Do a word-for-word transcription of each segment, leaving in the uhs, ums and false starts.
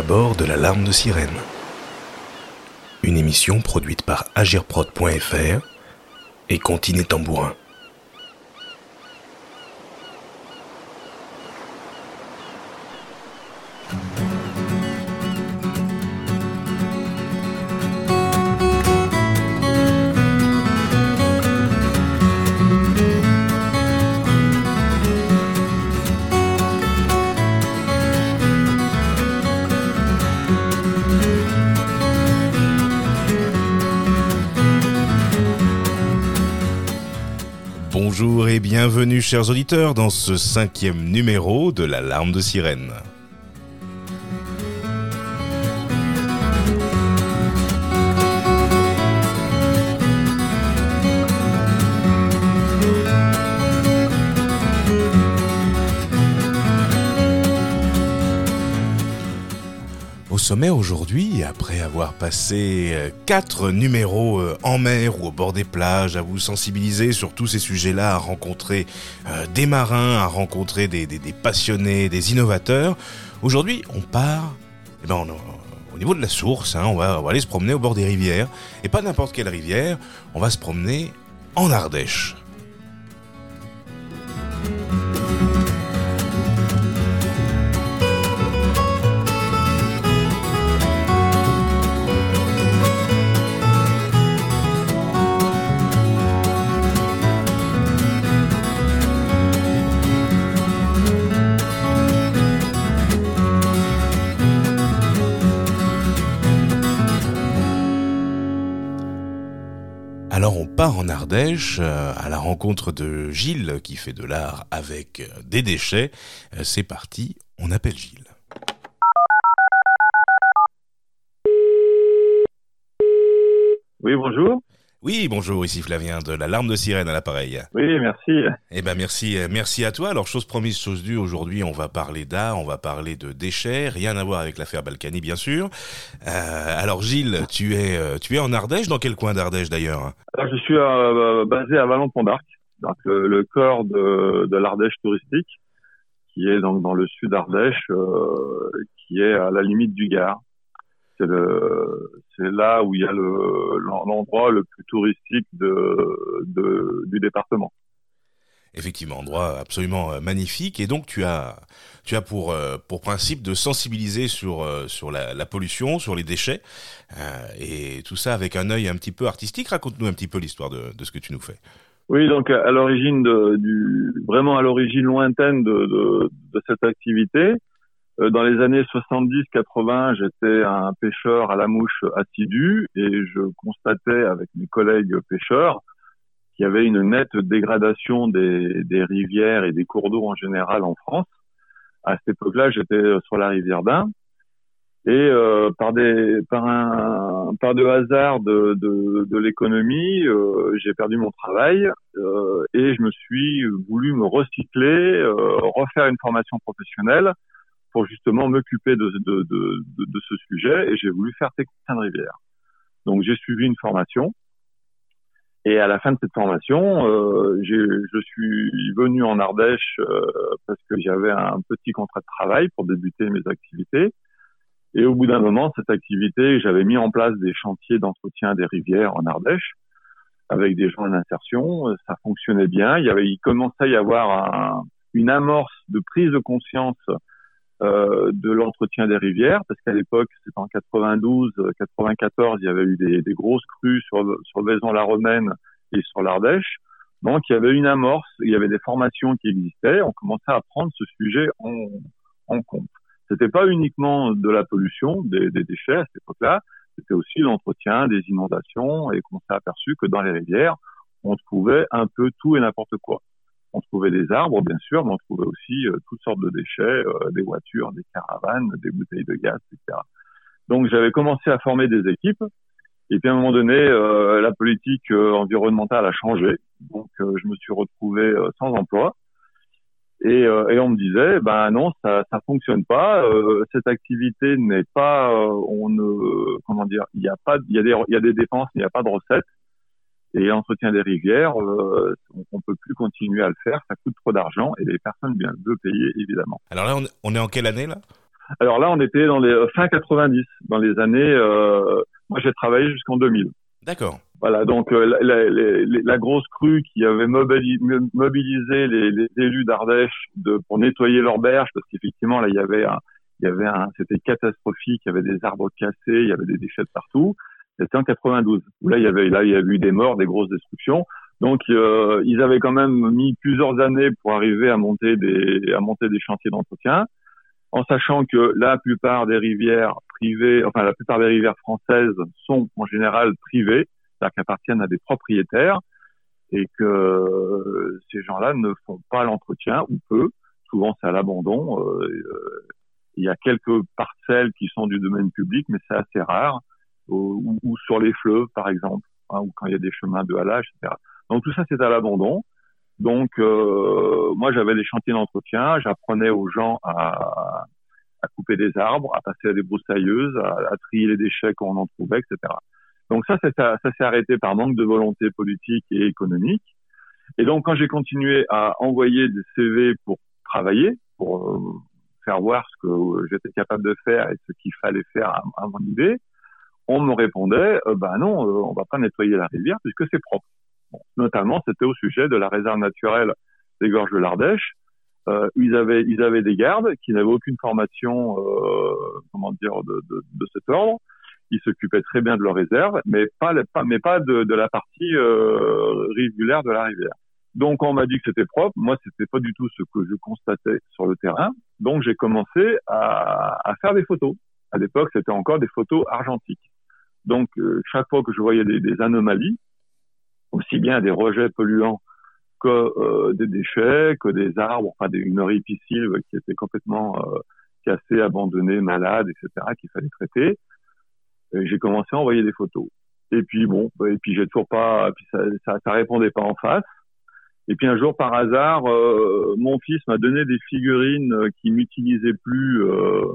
bord de la Larme de Sirène. Une émission produite par agirprod point f r et Continé Tambourin. Bonjour et bienvenue chers auditeurs dans ce cinquième numéro de la Larme de Sirène. Au sommet aujourd'hui, après avoir passé quatre numéros en mer ou au bord des plages, à vous sensibiliser sur tous ces sujets-là, à rencontrer euh, des marins, à rencontrer des, des, des passionnés, des innovateurs, aujourd'hui on part eh ben, on, au niveau de la source, hein, on, va, on va aller se promener au bord des rivières, et pas n'importe quelle rivière, on va se promener en Ardèche. Alors on part en Ardèche euh, à la rencontre de Gilles qui fait de l'art avec euh, des déchets. Euh, c'est parti, on appelle Gilles. Oui, bonjour. Oui, bonjour, ici Flavien de la Larme de Sirène à l'appareil. Oui, merci. Eh ben merci, merci à toi. Alors chose promise, chose due, aujourd'hui on va parler d'art, on va parler de déchets, rien à voir avec l'affaire Balkany bien sûr. Euh, alors Gilles, tu es, tu es en Ardèche, dans quel coin d'Ardèche d'ailleurs ? Alors, je suis euh, basé à Vallon-Pont-d'Arc, donc le, le cœur de, de l'Ardèche touristique, qui est donc dans le sud d'Ardèche, euh, qui est à la limite du Gard. C'est, le, c'est là où il y a le, l'endroit le plus touristique de, de, du département. Effectivement, endroit absolument magnifique. Et donc, tu as, tu as pour, pour principe de sensibiliser sur, sur la, la pollution, sur les déchets, euh, et tout ça avec un œil un petit peu artistique. Raconte-nous un petit peu l'histoire de, de ce que tu nous fais. Oui, donc à l'origine de, du, vraiment à l'origine lointaine de, de, de cette activité. Dans les années soixante-dix quatre-vingts, j'étais un pêcheur à la mouche assidu et je constatais avec mes collègues pêcheurs qu'il y avait une nette dégradation des, des rivières et des cours d'eau en général en France. À cette époque-là, j'étais sur la rivière d'Ain et euh, par des par un par de hasard de de, de l'économie, euh, j'ai perdu mon travail euh, et je me suis voulu me recycler, euh, refaire une formation professionnelle pour justement m'occuper de, de, de, de, de ce sujet, et j'ai voulu faire technicien de rivière. Donc j'ai suivi une formation, et à la fin de cette formation, euh, j'ai, je suis venu en Ardèche euh, parce que j'avais un petit contrat de travail pour débuter mes activités, et au bout d'un moment, cette activité, j'avais mis en place des chantiers d'entretien des rivières en Ardèche, avec des gens en insertion, ça fonctionnait bien, il y avait, il commençait à y avoir un, une amorce de prise de conscience Euh, de l'entretien des rivières, parce qu'à l'époque, c'était en quatre-vingt-douze quatre-vingt-quatorze, il y avait eu des, des grosses crues sur, sur Vaison-la-Romaine et sur l'Ardèche. Donc, il y avait une amorce, il y avait des formations qui existaient, on commençait à prendre ce sujet en, en compte. C'était pas uniquement de la pollution, des, des déchets à cette époque-là, c'était aussi l'entretien des inondations, et qu'on s'est aperçu que dans les rivières, on trouvait un peu tout et n'importe quoi. On trouvait des arbres, bien sûr, mais on trouvait aussi euh, toutes sortes de déchets, euh, des voitures, des caravanes, des bouteilles de gaz, et cetera. Donc, j'avais commencé à former des équipes. Et puis, à un moment donné, euh, la politique euh, environnementale a changé. Donc, euh, je me suis retrouvé euh, sans emploi. Et, euh, et on me disait, ben non, ça ça fonctionne pas. Euh, cette activité n'est pas, euh, on ne, comment dire, il y a pas, il y a des, il y a des dépenses, mais il n'y a pas de recettes. Et l'entretien des rivières, euh, on ne peut plus continuer à le faire, ça coûte trop d'argent et les personnes bien veulent payer, évidemment. Alors là, on, on est en quelle année là ? Alors là, on était dans les euh, fin quatre-vingt-dix, dans les années. Euh, moi, j'ai travaillé jusqu'en deux mille. D'accord. Voilà, donc euh, la, la, la, la grosse crue qui avait mobili- mobilisé les, les élus d'Ardèche de, pour nettoyer leurs berges, parce qu'effectivement là il y avait un, il y avait un, c'était catastrophique, il y avait des arbres cassés, il y avait des déchets de partout. C'était en quatre-vingt-douze. Où là il y avait, là il y a eu des morts, des grosses destructions. Donc euh, ils avaient quand même mis plusieurs années pour arriver à monter des, à monter des chantiers d'entretien, en sachant que la plupart des rivières privées, enfin la plupart des rivières françaises sont en général privées, c'est-à-dire qu'appartiennent à des propriétaires, et que ces gens-là ne font pas l'entretien, ou peu. Souvent, c'est à l'abandon. Euh, euh, il y a quelques parcelles qui sont du domaine public, mais c'est assez rare. Ou, ou sur les fleuves, par exemple, hein, ou quand il y a des chemins de halage, et cetera. Donc tout ça, c'est à l'abandon. Donc, euh, moi, j'avais des chantiers d'entretien. J'apprenais aux gens à, à couper des arbres, à passer à des broussailleuses, à, à trier les déchets quand on en trouvait, et cetera. Donc ça, ça, ça, ça s'est arrêté par manque de volonté politique et économique. Et donc, quand j'ai continué à envoyer des C V pour travailler, pour euh, faire voir ce que j'étais capable de faire et ce qu'il fallait faire à, à mon idée, on me répondait euh, bah non, euh, on va pas nettoyer la rivière puisque c'est propre. Bon, notamment, c'était au sujet de la réserve naturelle des Gorges de l'Ardèche. Euh, ils avaient, ils avaient des gardes qui n'avaient aucune formation, euh, comment dire, de, de, de cet ordre. Ils s'occupaient très bien de leur réserve, mais pas, pas mais pas de, de la partie euh, rivulaire de la rivière. Donc on m'a dit que c'était propre. Moi, c'était pas du tout ce que je constatais sur le terrain. Donc j'ai commencé à, à faire des photos. À l'époque, c'était encore des photos argentiques. Donc euh, chaque fois que je voyais des, des anomalies, aussi bien des rejets polluants que euh, des déchets, que des arbres, enfin des, une ripisylve qui était complètement euh, cassée, abandonnée, malade, et cetera, qu'il fallait traiter. Et j'ai commencé à envoyer des photos. Et puis bon, et puis j'ai toujours pas, puis ça, ça, ça répondait pas en face. Et puis un jour, par hasard, euh, mon fils m'a donné des figurines qui n'utilisaient plus. Euh,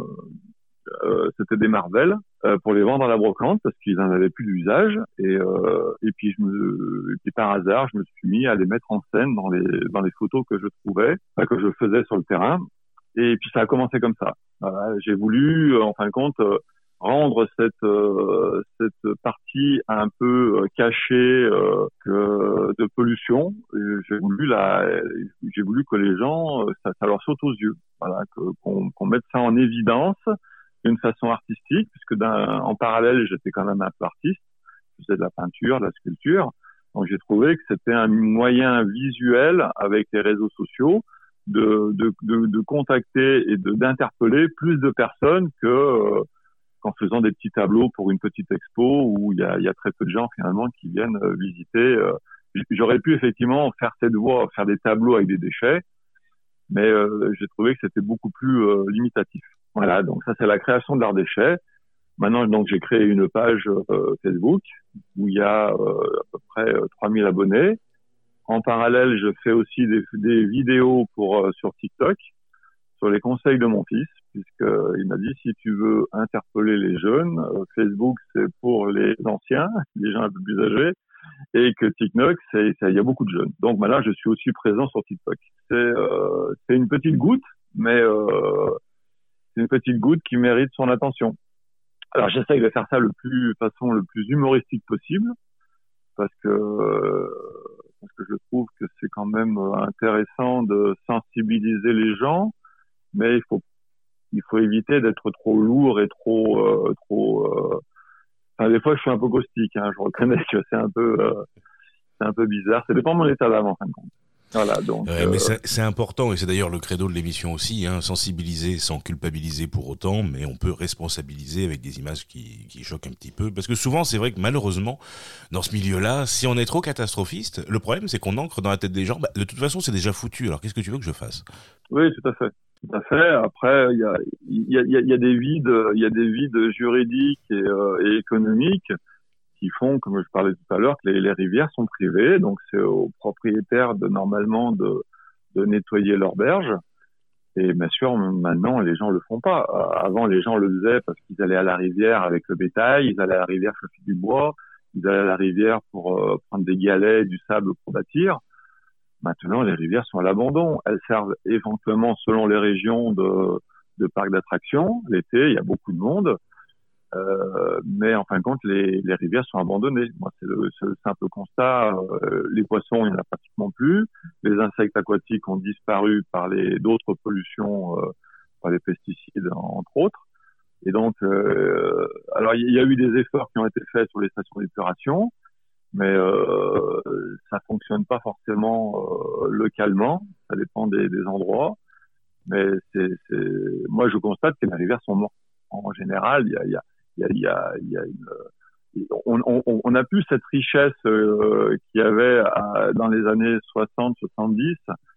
euh, c'était des Marvel euh, pour les vendre à la brocante parce qu'ils en avaient plus d'usage. Et euh, et puis je me, et puis par hasard, je me suis mis à les mettre en scène dans les dans les photos que je trouvais, enfin, que je faisais sur le terrain. Et puis ça a commencé comme ça. Voilà, j'ai voulu, en fin de compte, euh, rendre cette euh, cette partie un peu euh, cachée euh, que, de pollution. Et j'ai voulu la, j'ai voulu que les gens, ça, ça leur saute aux yeux. Voilà, que, qu'on, qu'on mette ça en évidence d'une façon artistique, puisque d'un, en parallèle, j'étais quand même un peu artiste. Je faisais de la peinture, de la sculpture. Donc j'ai trouvé que c'était un moyen visuel avec les réseaux sociaux de de de, de contacter et de d'interpeller plus de personnes que euh, qu'en faisant des petits tableaux pour une petite expo où il y a, il y a très peu de gens finalement qui viennent euh, visiter. Euh, j'aurais pu effectivement faire cette voie, faire des tableaux avec des déchets, mais euh, j'ai trouvé que c'était beaucoup plus euh, limitatif. Voilà, donc ça c'est la création de l'art déchet. Maintenant, donc j'ai créé une page euh, Facebook où il y a euh, à peu près euh, trois mille abonnés. En parallèle, je fais aussi des, des vidéos pour euh, sur TikTok sur les conseils de mon fils, puisqu'il m'a dit, si tu veux interpeller les jeunes, euh, Facebook, c'est pour les anciens, les gens un peu plus âgés, et que TikTok, c'est, c'est, il y a beaucoup de jeunes. Donc maintenant, je suis aussi présent sur TikTok. C'est, euh, c'est une petite goutte, mais euh, c'est une petite goutte qui mérite son attention. Alors, j'essaye de faire ça le plus, de façon le plus humoristique possible, parce que, euh, parce que je trouve que c'est quand même intéressant de sensibiliser les gens, mais il faut il faut éviter d'être trop lourd et trop euh, trop euh... enfin des fois je suis un peu caustique, hein, je reconnais que c'est un peu euh, c'est un peu bizarre, ça dépend de mon état d'âme en fin de compte. Voilà, donc ouais, euh... mais c'est, c'est important, et c'est d'ailleurs le credo de l'émission aussi, hein, sensibiliser sans culpabiliser pour autant, mais on peut responsabiliser avec des images qui, qui choquent un petit peu, parce que souvent c'est vrai que malheureusement dans ce milieu-là, si on est trop catastrophiste, le problème c'est qu'on ancre dans la tête des gens, bah, de toute façon c'est déjà foutu, alors qu'est-ce que tu veux que je fasse? Oui, tout à fait. Tout à fait. Après, il y a, il y a, il y a des vides, il y a des vides juridiques et, euh, et économiques qui font, comme je parlais tout à l'heure, que les, les rivières sont privées. Donc, c'est aux propriétaires de normalement de, de nettoyer leurs berges. Et bien sûr, maintenant, les gens le font pas. Avant, les gens le faisaient parce qu'ils allaient à la rivière avec le bétail, ils allaient à la rivière chauffer du bois, ils allaient à la rivière pour euh, prendre des galets, du sable pour bâtir. Maintenant, les rivières sont à l'abandon. Elles servent éventuellement, selon les régions, de, de parcs d'attractions. L'été, il y a beaucoup de monde. Euh, mais en fin de compte, les, les rivières sont abandonnées. Moi, c'est le, c'est le simple constat. Euh, les poissons, il n'y en a pratiquement plus. Les insectes aquatiques ont disparu par les d'autres pollutions, euh, par les pesticides, entre autres. Et donc, euh, alors il y a eu des efforts qui ont été faits sur les stations d'épuration, mais euh, ça fonctionne pas forcément euh, localement. Ça dépend des, des endroits. Mais c'est, c'est, moi, je constate que les rivières sont mortes. En général, il y a, il y a Il y a, il y a, il y a une, on, on, on a plus cette richesse euh, qu'il y avait à, dans les années soixante soixante-dix,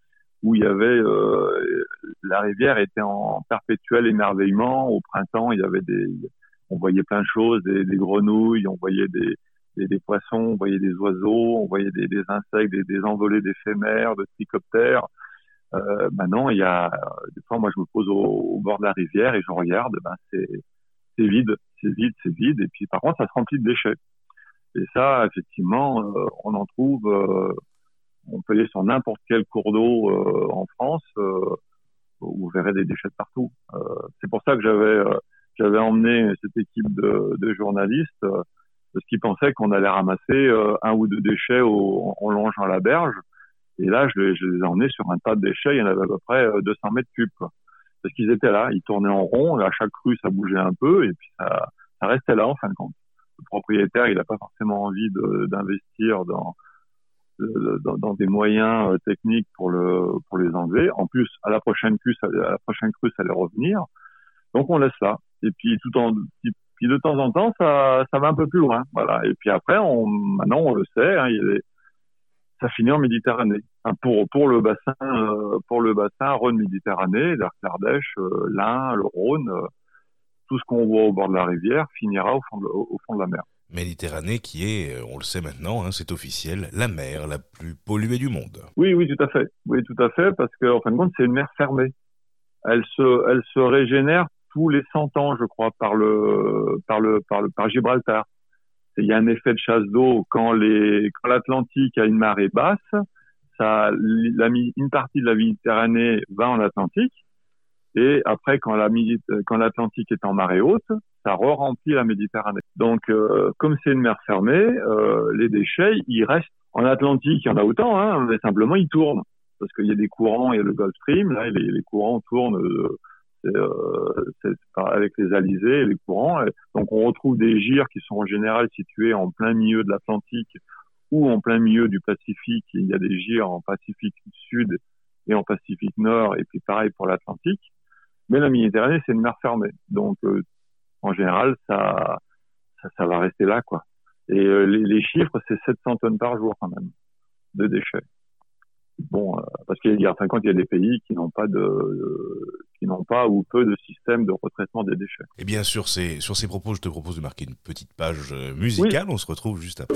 où il y avait euh, la rivière était en perpétuel émerveillement. Au printemps, il y avait des, on voyait plein de choses, des, des grenouilles, on voyait des, des, des poissons, on voyait des oiseaux, on voyait des, des insectes, des, des envolées d'éphémères, de trichoptères. Euh, maintenant, il y a, des fois, moi, je me pose au, au bord de la rivière et je regarde, ben c'est c'est vide, c'est vide, c'est vide. Et puis, par contre, ça se remplit de déchets. Et ça, effectivement, euh, on en trouve, euh, on peut aller sur n'importe quel cours d'eau euh, en France, euh, où vous verrez des déchets de partout. Euh, c'est pour ça que j'avais, euh, j'avais emmené cette équipe de, de journalistes, euh, parce qu'ils pensaient qu'on allait ramasser euh, un ou deux déchets au, en longeant la berge. Et là, je les, je les ai emmenés sur un tas de déchets. Il y en avait à peu près deux cents mètres cubes, quoi. Parce qu'ils étaient là, ils tournaient en rond, à chaque crue ça bougeait un peu, et puis ça, ça restait là en fin de compte. Le propriétaire, il n'a pas forcément envie de, d'investir dans, de, dans, dans des moyens techniques pour le, pour les enlever. En plus, à la prochaine crue, ça, à la prochaine crue, ça allait revenir. Donc on laisse là. Et puis tout en, puis de temps en temps, ça, ça va un peu plus loin, voilà. Et puis après, on, maintenant on le sait, hein, il est, ça finit en Méditerranée. Enfin, pour pour le bassin euh, pour le bassin Rhône-Méditerranée, l'Ardèche, euh, l'Ain, le Rhône, euh, tout ce qu'on voit au bord de la rivière finira au fond de, au fond de la mer. Méditerranée qui est, on le sait maintenant, hein, c'est officiel, la mer la plus polluée du monde. Oui, oui, tout à fait. Oui, tout à fait, parce que en fin de compte, c'est une mer fermée. Elle se elle se régénère tous les cent ans, je crois, par le par le par le par Gibraltar. Il y a un effet de chasse d'eau quand les quand l'Atlantique a une marée basse, ça la, une partie de la Méditerranée va en Atlantique, et après quand la quand l'Atlantique est en marée haute, ça re-remplit la Méditerranée. Donc euh, comme c'est une mer fermée, euh, les déchets ils restent en Atlantique, il y en a autant, hein, mais simplement ils tournent parce qu'il y a des courants, il y a le Gulf Stream, là les, les courants tournent. Euh, C'est, euh, c'est avec les alizés et les courants. Donc on retrouve des gyres qui sont en général situés en plein milieu de l'Atlantique ou en plein milieu du Pacifique. Il y a des gyres en Pacifique Sud et en Pacifique Nord, et puis pareil pour l'Atlantique. Mais la Méditerranée, c'est une mer fermée. Donc euh, en général, ça, ça ça va rester là, quoi. Et euh, les, les chiffres, c'est sept cents tonnes par jour quand même de déchets. Bon, euh, parce qu'il y a, enfin, quand il y a des pays qui n'ont pas de, de, qui n'ont pas ou peu de système de retraitement des déchets. Et bien sûr, c'est, sur ces propos, je te propose de marquer une petite page musicale. Oui. On se retrouve juste après.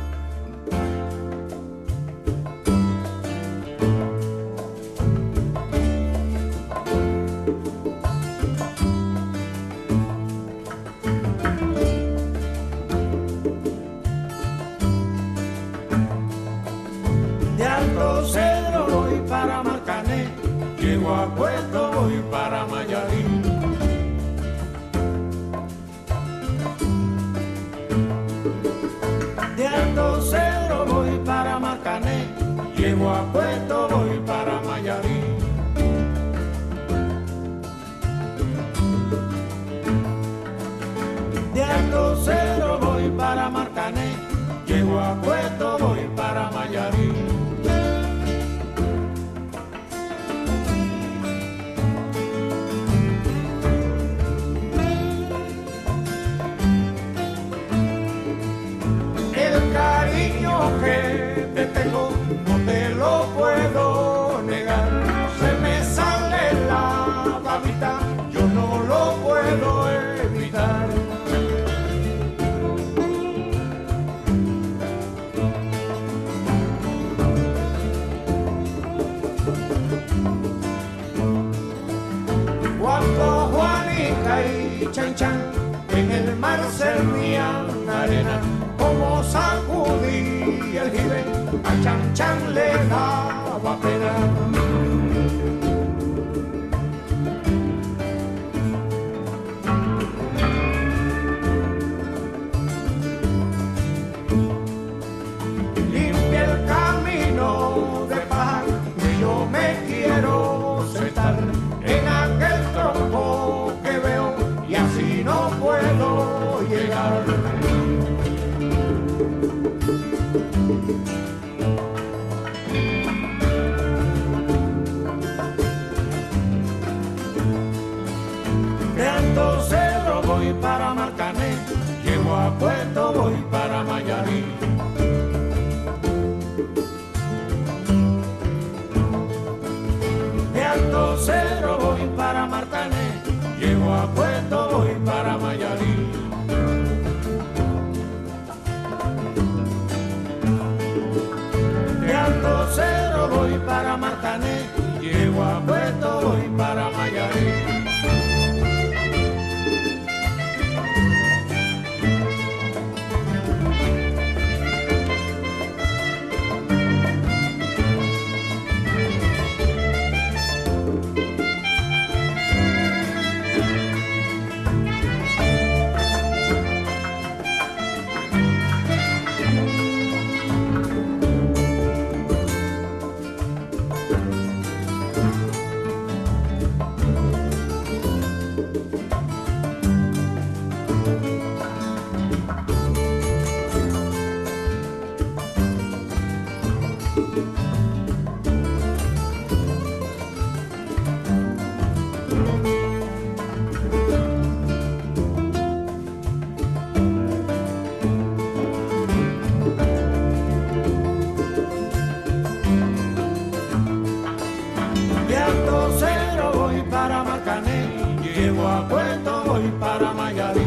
Llego a Puerto, voy para Mayarí. De Alto Cedro voy para Marcané. Llego a Puerto, voy para Mayarí. El cariño que te tengo no te lo puedo negar, se me sale la babita, yo no lo puedo evitar. Cuando Juanica y Chan Chan en el mar servían arena, como sacudí el jibe, a Chan Chan le daba pena. Alto Cero voy para Marcané, llego a Puerto, voy para Mayarí. De Alto Cero voy para Marcané, llego a Puerto, voy para Mayarí. De Alto Cero voy para Marcané, llego a Puerto, voy para Mayarí. De Alto Cero voy para Marcané, llego a Puerto, voy para Mayarí.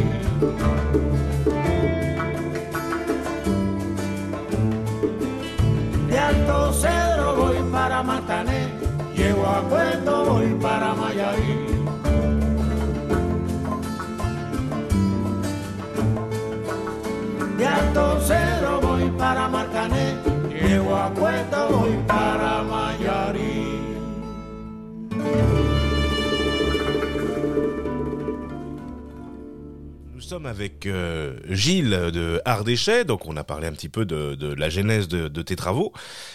De Alto Cero voy para Marcané, llego a Puerto, voy para Mayarí. De Alto Cero voy para Marcané, llego a Puerto, voy para Mayarí. Nous sommes avec euh, Gilles de Ardéchet, donc on a parlé un petit peu de, de la genèse de, de tes travaux.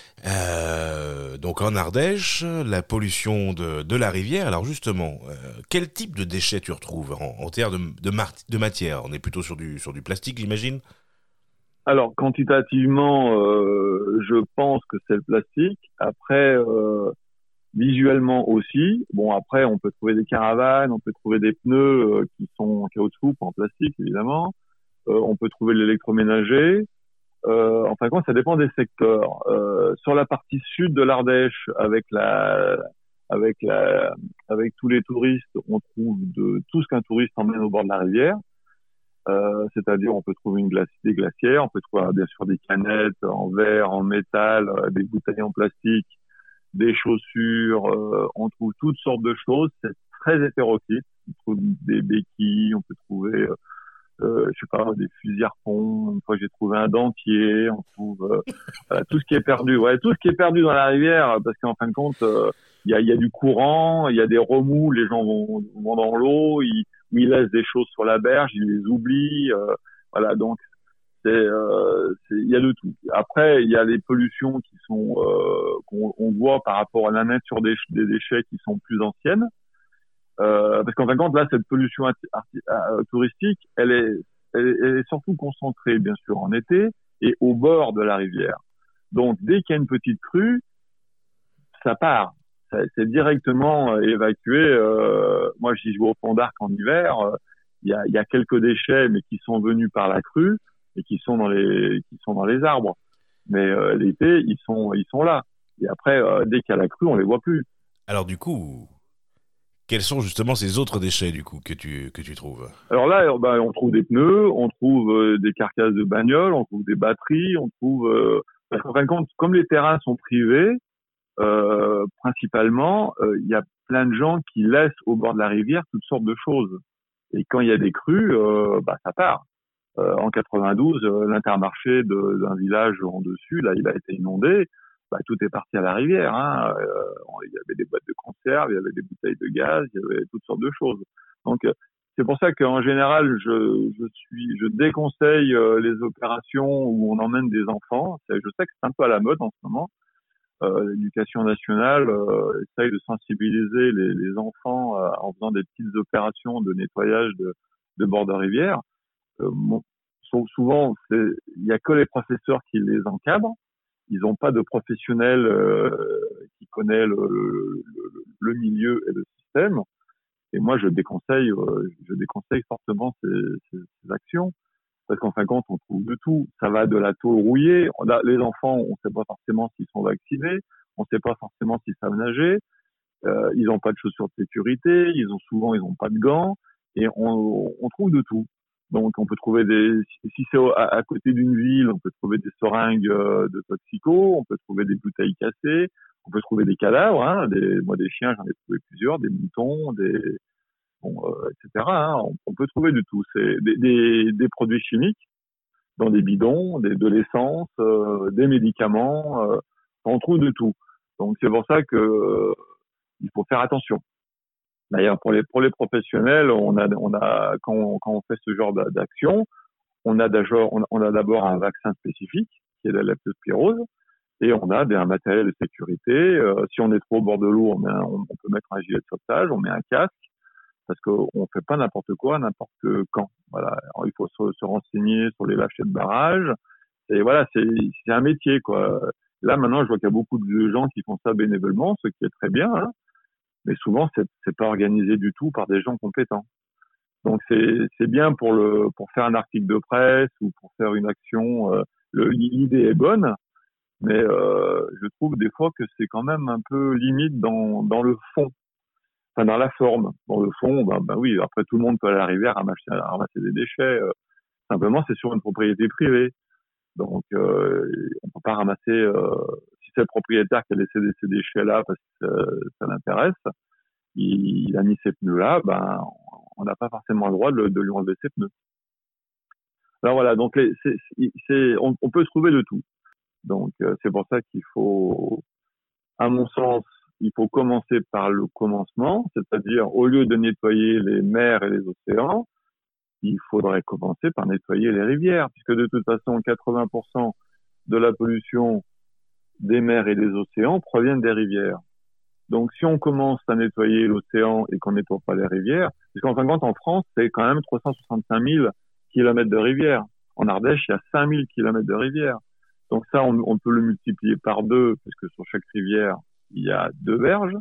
Euh, donc en Ardèche, la pollution de, de la rivière. Alors justement, euh, quel type de déchets tu retrouves en, en termes de, de, mar- de matière? On est plutôt sur du, sur du plastique, j'imagine? Alors, quantitativement, euh, je pense que c'est le plastique. Après, euh, visuellement aussi. Bon, après, on peut trouver des caravanes, on peut trouver des pneus euh, qui sont en caoutchouc, pas en plastique, évidemment. Euh, on peut trouver de l'électroménager. Euh, enfin, quand ça dépend des secteurs. Euh, sur la partie sud de l'Ardèche, avec la, avec la, avec tous les touristes, on trouve de tout ce qu'un touriste emmène au bord de la rivière. Euh, c'est-à-dire, on peut trouver une glace, des glacières, on peut trouver bien sûr des canettes en verre, en métal, euh, des bouteilles en plastique, des chaussures, euh, on trouve toutes sortes de choses. C'est très hétéroclite. On trouve des béquilles, on peut trouver, euh, euh, je sais pas, des fusils harpons. Une fois, j'ai trouvé un dentier. On trouve euh, voilà, tout ce qui est perdu. Ouais, tout ce qui est perdu dans la rivière, parce qu'en fin de compte, il euh, y, a, y a du courant, il y a des remous. Les gens vont, vont dans l'eau, ils, ils laissent des choses sur la berge, ils les oublient. Euh, voilà, donc c'est, euh, c'est, il y a de tout. Après, il y a les pollutions qui sont euh, qu'on on voit par rapport à la nature des, des déchets qui sont plus anciennes. Euh, parce qu'en fin de compte, là, cette pollution arti- arti- euh, touristique, elle est, elle est, elle est surtout concentrée, bien sûr, en été et au bord de la rivière. Donc, dès qu'il y a une petite crue, ça part. Ça, c'est directement euh, évacué. Euh, moi, j'y joue au Pont d'Arc en hiver. Euh, Il y a, il y a quelques déchets, mais qui sont venus par la crue et qui sont dans les, qui sont dans les arbres. Mais euh, l'été, ils sont, ils sont là. Et après, euh, dès qu'il y a la crue, on les voit plus. Alors du coup, quels sont justement ces autres déchets du coup que tu que tu trouves? Alors là, euh, bah, on trouve des pneus, on trouve euh, des carcasses de bagnoles, on trouve des batteries, on trouve. Euh, parce qu'en fin de compte, comme les terrains sont privés, euh, principalement, il euh, y a plein de gens qui laissent au bord de la rivière toutes sortes de choses. Et quand il y a des crues, euh, bah ça part. Euh, en quatre-vingt-douze, euh, l'intermarché de, d'un village en dessus, là, il a été inondé. Bah, tout est parti à la rivière. Hein. Euh, il y avait des boîtes de conserve, il y avait des bouteilles de gaz, il y avait toutes sortes de choses. Donc, euh, c'est pour ça qu'en général, je, je suis, je déconseille euh, les opérations où on emmène des enfants. C'est, je sais que c'est un peu à la mode en ce moment. Euh, l'éducation nationale euh, essaye de sensibiliser les, les enfants euh, en faisant des petites opérations de nettoyage de, de bords de rivière. Euh, bon, souvent, c'est, il y a que les professeurs qui les encadrent. Ils n'ont pas de professionnels euh, qui connaissent le, le, le milieu et le système. Et moi, je déconseille, euh, je déconseille fortement ces, ces, ces actions. Parce qu'en fin de compte, on trouve de tout. Ça va de la tôle rouillée. On a, les enfants, on ne sait pas forcément s'ils sont vaccinés. On ne sait pas forcément s'ils savent nager. Euh, ils n'ont pas de chaussures de sécurité. Ils ont souvent, ils n'ont pas de gants. Et on, on trouve de tout. Donc, on peut trouver des, si c'est à, à côté d'une ville, on peut trouver des seringues de toxico. On peut trouver des bouteilles cassées. On peut trouver des cadavres. Hein, des, moi, des chiens, j'en ai trouvé plusieurs. Des moutons, des Bon, euh, et cetera. Hein. On, on peut trouver du tout. C'est des, des, des produits chimiques dans des bidons, des, de l'essence, euh, des médicaments. Euh, on trouve de tout. Donc c'est pour ça que euh, il faut faire attention. D'ailleurs, pour les pour les professionnels, on a on a quand on, quand on fait ce genre d'action, on a d'abord on, on a d'abord un vaccin spécifique qui est la leptospirose et on a des, un matériel de sécurité. Euh, si on est trop au bord de l'eau, on, met un, on, on peut mettre un gilet de sauvetage, on met un casque. Parce qu'on ne fait pas n'importe quoi, n'importe quand. Voilà. Alors, il faut se, se renseigner sur les lâchers de barrage. Et voilà, c'est, c'est un métier, quoi. Là, maintenant, je vois qu'il y a beaucoup de gens qui font ça bénévolement, ce qui est très bien, hein. Mais souvent, c'est, c'est pas organisé du tout par des gens compétents. Donc, c'est, c'est bien pour le, pour faire un article de presse ou pour faire une action. Euh, le, l'idée est bonne, mais euh, je trouve des fois que c'est quand même un peu limite dans, dans le fond. Enfin, dans la forme. Dans le fond, ben, ben oui, après tout le monde peut aller à la rivière ramasser, ramasser des déchets. Euh, simplement, c'est sur une propriété privée. Donc, euh, on peut pas ramasser, euh, si c'est le propriétaire qui a laissé ces déchets-là parce que euh, ça l'intéresse, il, il a mis ces pneus-là, ben, on n'a pas forcément le droit de, de lui enlever ses pneus. Alors voilà, donc les, c'est, c'est, on, on peut se trouver de tout. Donc, euh, c'est pour ça qu'il faut, à mon sens, il faut commencer par le commencement, c'est-à-dire au lieu de nettoyer les mers et les océans, il faudrait commencer par nettoyer les rivières, puisque de toute façon, quatre-vingts pour cent de la pollution des mers et des océans proviennent des rivières. Donc si on commence à nettoyer l'océan et qu'on nettoie pas les rivières, puisqu'en fin de compte, en France, c'est quand même trois cent soixante-cinq mille kilomètres de rivières. En Ardèche, il y a cinq mille kilomètres de rivières. Donc ça, on, on peut le multiplier par deux, puisque sur chaque rivière, il y a deux berges.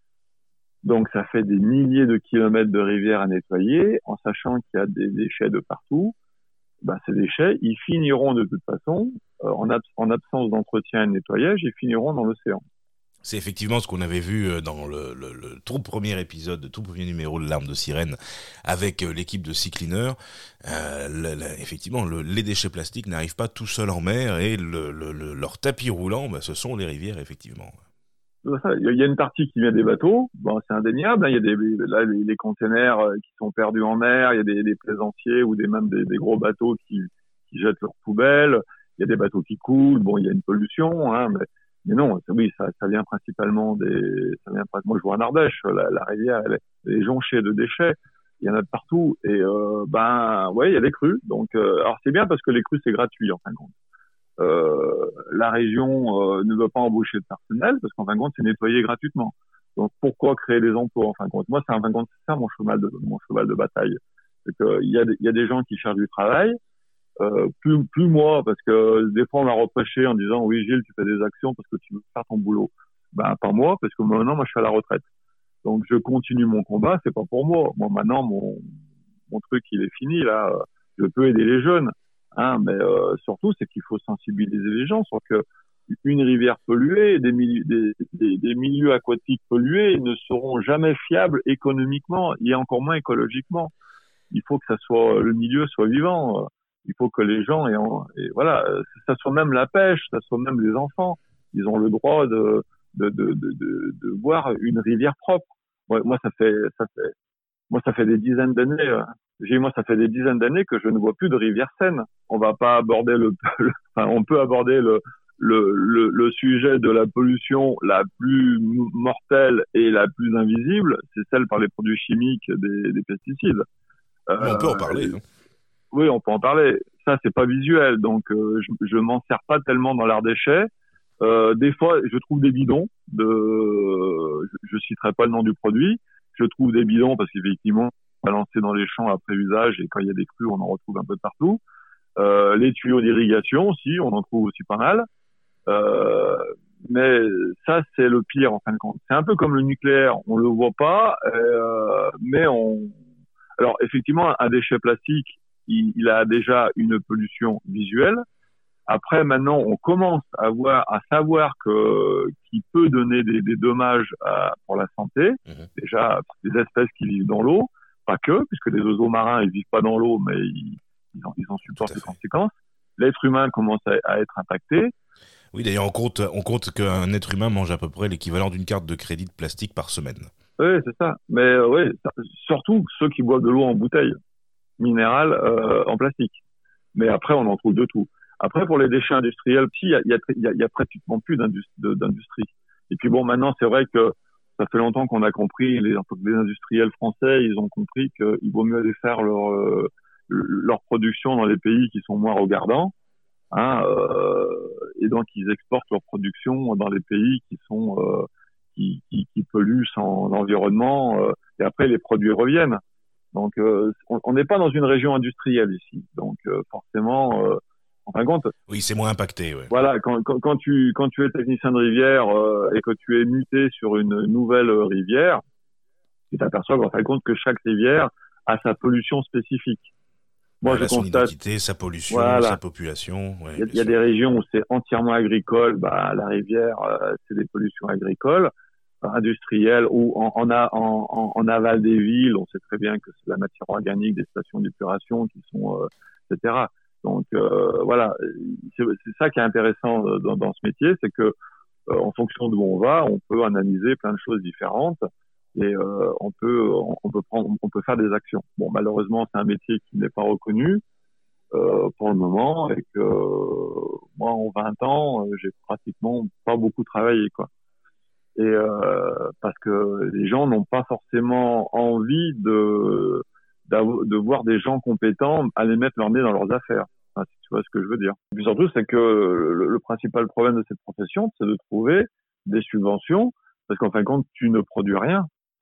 Donc, ça fait des milliers de kilomètres de rivières à nettoyer, en sachant qu'il y a des déchets de partout. Ben, ces déchets, ils finiront de toute façon, euh, en, ab- en absence d'entretien et de nettoyage, ils finiront dans l'océan. C'est effectivement ce qu'on avait vu dans le, le, le tout premier épisode, le tout premier numéro de Larmes de Sirène avec l'équipe de Sea Cleaner. Euh, le, le, effectivement, le, les déchets plastiques n'arrivent pas tout seuls en mer et le, le, le, leur tapis roulant, ben, ce sont les rivières, effectivement. Il y a une partie qui vient des bateaux, bon, c'est indéniable. Hein. Il y a des, là, les, les containers qui sont perdus en mer, il y a des, des plaisanciers ou des, même des, des gros bateaux qui, qui jettent leurs poubelles. Il y a des bateaux qui coulent. Bon, il y a une pollution, hein, mais, mais non, oui, ça, ça vient principalement des, ça vient, moi, je vois en Ardèche, la, la rivière, elle est, elle est jonchée de déchets. Il y en a de partout. Et, euh, ben, ouais, il y a des crues. Donc, euh, alors c'est bien parce que les crues, c'est gratuit, en fin de compte. Euh, la région euh, ne veut pas embaucher de personnel parce qu'en fin de compte c'est nettoyé gratuitement. Donc pourquoi créer des emplois en fin de compte? Moi c'est en fin de compte c'est ça mon cheval de mon cheval de bataille. C'est que il y a il y a des gens qui cherchent du travail, euh, plus plus moi parce que des fois on m'a reproché en disant oui Gilles tu fais des actions parce que tu veux faire ton boulot. Ben pas moi parce que maintenant moi je suis à la retraite. Donc je continue mon combat, c'est pas pour moi. Moi maintenant mon mon truc il est fini là. Je peux aider les jeunes. Hein, mais euh, surtout, c'est qu'il faut sensibiliser les gens sur que une rivière polluée, des milieux, des, des, des milieux aquatiques pollués ne seront jamais fiables économiquement et encore moins écologiquement. Il faut que ça soit le milieu soit vivant. Il faut que les gens et, et voilà, ça soit même la pêche, ça soit même les enfants. Ils ont le droit de de de de, de, de voir une rivière propre. Moi, moi, ça fait ça fait moi ça fait des dizaines d'années. Euh, J'ai moi ça fait des dizaines d'années que je ne vois plus de rivière saine. On va pas aborder le, le enfin on peut aborder le, le le le sujet de la pollution la plus mortelle et la plus invisible, c'est celle par les produits chimiques des, des pesticides. Euh, on peut en parler. Hein. Oui, on peut en parler. Ça c'est pas visuel, donc euh, je, je m'en sers pas tellement dans l'art déchet. Euh, des fois, je trouve des bidons de, je, je citerai pas le nom du produit. Je trouve des bidons parce qu'effectivement balancés dans les champs après usage et quand il y a des crues, on en retrouve un peu de partout. Euh, les tuyaux d'irrigation aussi, on en trouve aussi pas mal. Euh, mais ça, c'est le pire en fin de compte. C'est un peu comme le nucléaire, on le voit pas, euh, mais on. Alors effectivement, un déchet plastique, il, il a déjà une pollution visuelle. Après, maintenant, on commence à voir, à savoir que qu'il peut donner des, des dommages à, pour la santé. Mmh. Déjà, des espèces qui vivent dans l'eau, pas que, puisque les oiseaux marins, ils vivent pas dans l'eau, mais ils, ils, en, ils en supportent les conséquences. L'être humain commence à, à être impacté. Oui, d'ailleurs, on compte, on compte qu'un être humain mange à peu près l'équivalent d'une carte de crédit de plastique par semaine. Oui, c'est ça. Mais euh, oui, surtout ceux qui boivent de l'eau en bouteille minérale euh, en plastique. Mais après, on en trouve de tout. Après, pour les déchets industriels, il y a, il y a, il y a, il y a pratiquement plus d'industrie. Et puis bon, maintenant, c'est vrai que ça fait longtemps qu'on a compris, les, les industriels français, ils ont compris qu'il vaut mieux aller faire leur, euh, leur production dans les pays qui sont moins regardants. Hein, euh, et donc, ils exportent leur production dans les pays qui sont euh, qui, qui, qui polluent son environnement. Euh, et après, les produits reviennent. Donc, euh, on n'est pas dans une région industrielle ici. Donc, euh, forcément... Euh, En fin de compte, oui, c'est moins impacté. Ouais. Voilà, quand, quand, quand tu quand tu es technicien de rivière euh, et que tu es muté sur une nouvelle rivière, tu t'aperçois qu'en fin de compte que chaque rivière a sa pollution spécifique. Moi, voilà, je son constate identité, sa pollution, voilà. Sa population. Ouais, il y a, il y a des régions où c'est entièrement agricole. Bah, la rivière, euh, c'est des pollutions agricoles, industrielles, ou en, en, en, en aval des villes, on sait très bien que c'est la matière organique des stations d'épuration qui sont, euh, et cetera. Donc euh, voilà, c'est, c'est ça qui est intéressant dans, dans ce métier, c'est que euh, en fonction d'où on va, on peut analyser plein de choses différentes et euh, on peut on peut prendre on peut faire des actions. Bon, malheureusement, c'est un métier qui n'est pas reconnu euh, pour le moment et que euh, moi en vingt ans, j'ai pratiquement pas beaucoup travaillé quoi. Et euh, parce que les gens n'ont pas forcément envie de de voir des gens compétents aller mettre leur nez dans leurs affaires. Enfin, si tu vois ce que je veux dire. Et puis surtout, c'est que le, le principal problème de cette profession, c'est de trouver des subventions, parce qu'en fin de compte, tu ne produis rien.